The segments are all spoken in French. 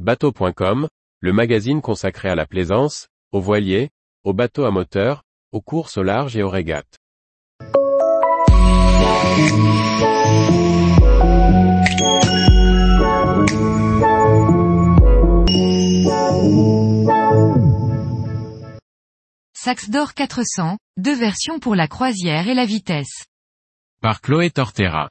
Bateau.com, le magazine consacré à la plaisance, aux voiliers, aux bateaux à moteur, aux courses au large et aux régates. Saxdor 400, deux versions pour la croisière et la vitesse. Par Chloé Tortera.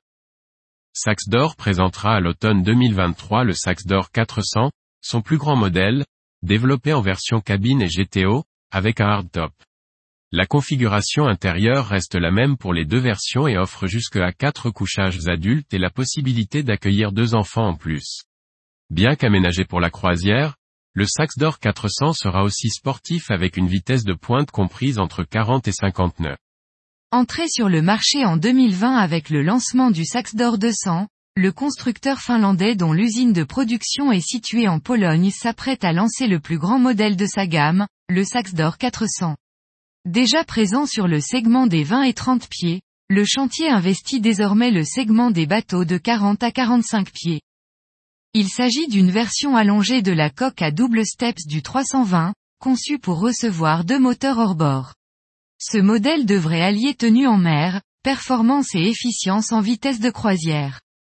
Saxdor présentera à l'automne 2023 le Saxdor 400, son plus grand modèle, développé en version cabine et GTO, avec un hardtop. La configuration intérieure reste la même pour les deux versions et offre jusqu'à 4 couchages adultes et la possibilité d'accueillir 2 enfants en plus. Bien qu'aménagé pour la croisière, le Saxdor 400 sera aussi sportif avec une vitesse de pointe comprise entre 40 et 50 nœuds. Entré sur le marché en 2020 avec le lancement du Saxdor 200, le constructeur finlandais dont l'usine de production est située en Pologne s'apprête à lancer le plus grand modèle de sa gamme, le Saxdor 400. Déjà présent sur le segment des 20 et 30 pieds, le chantier investit désormais le segment des bateaux de 40 à 45 pieds. Il s'agit d'une version allongée de la coque à double steps du 320, conçue pour recevoir 2 moteurs hors bord. Ce modèle devrait allier tenue en mer, performance et efficience en vitesse de croisière.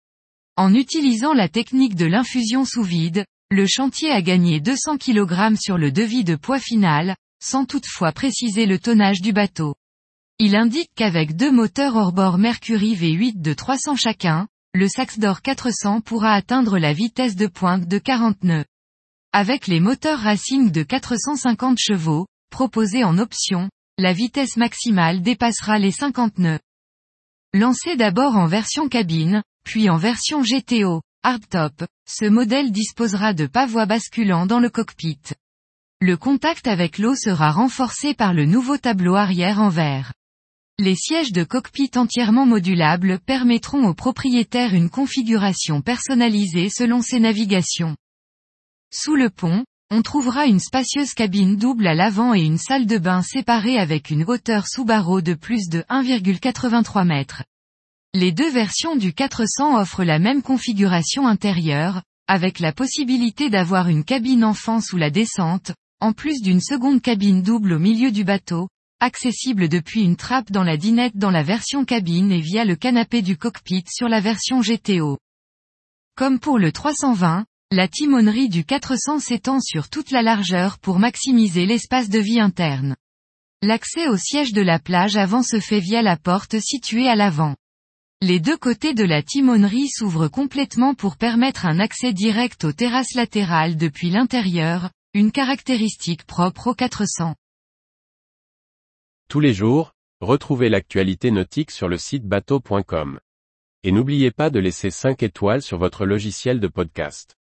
En utilisant la technique de l'infusion sous vide, le chantier a gagné 200 kg sur le devis de poids final, sans toutefois préciser le tonnage du bateau. Il indique qu'avec 2 moteurs hors-bord Mercury V8 de 300 chacun, le Saxdor 400 pourra atteindre la vitesse de pointe de 40 nœuds. Avec les moteurs Racing de 450 chevaux, proposés en option, la vitesse maximale dépassera les 50 nœuds. Lancé d'abord en version cabine, puis en version GTO, hardtop, ce modèle disposera de pavois basculants dans le cockpit. Le contact avec l'eau sera renforcé par le nouveau tableau arrière en verre. Les sièges de cockpit entièrement modulables permettront aux propriétaires une configuration personnalisée selon ses navigations. Sous le pont, on trouvera une spacieuse cabine double à l'avant et une salle de bain séparée avec une hauteur sous barreau de plus de 1,83 m. Les deux versions du 400 offrent la même configuration intérieure, avec la possibilité d'avoir une cabine enfant sous la descente, en plus d'une seconde cabine double au milieu du bateau, accessible depuis une trappe dans la dinette dans la version cabine et via le canapé du cockpit sur la version GTO. Comme pour le 320, la timonerie du 400 s'étend sur toute la largeur pour maximiser l'espace de vie interne. L'accès au siège de la plage avant se fait via la porte située à l'avant. Les deux côtés de la timonerie s'ouvrent complètement pour permettre un accès direct aux terrasses latérales depuis l'intérieur, une caractéristique propre au 400. Tous les jours, retrouvez l'actualité nautique sur le site bateau.com. Et n'oubliez pas de laisser 5 étoiles sur votre logiciel de podcast.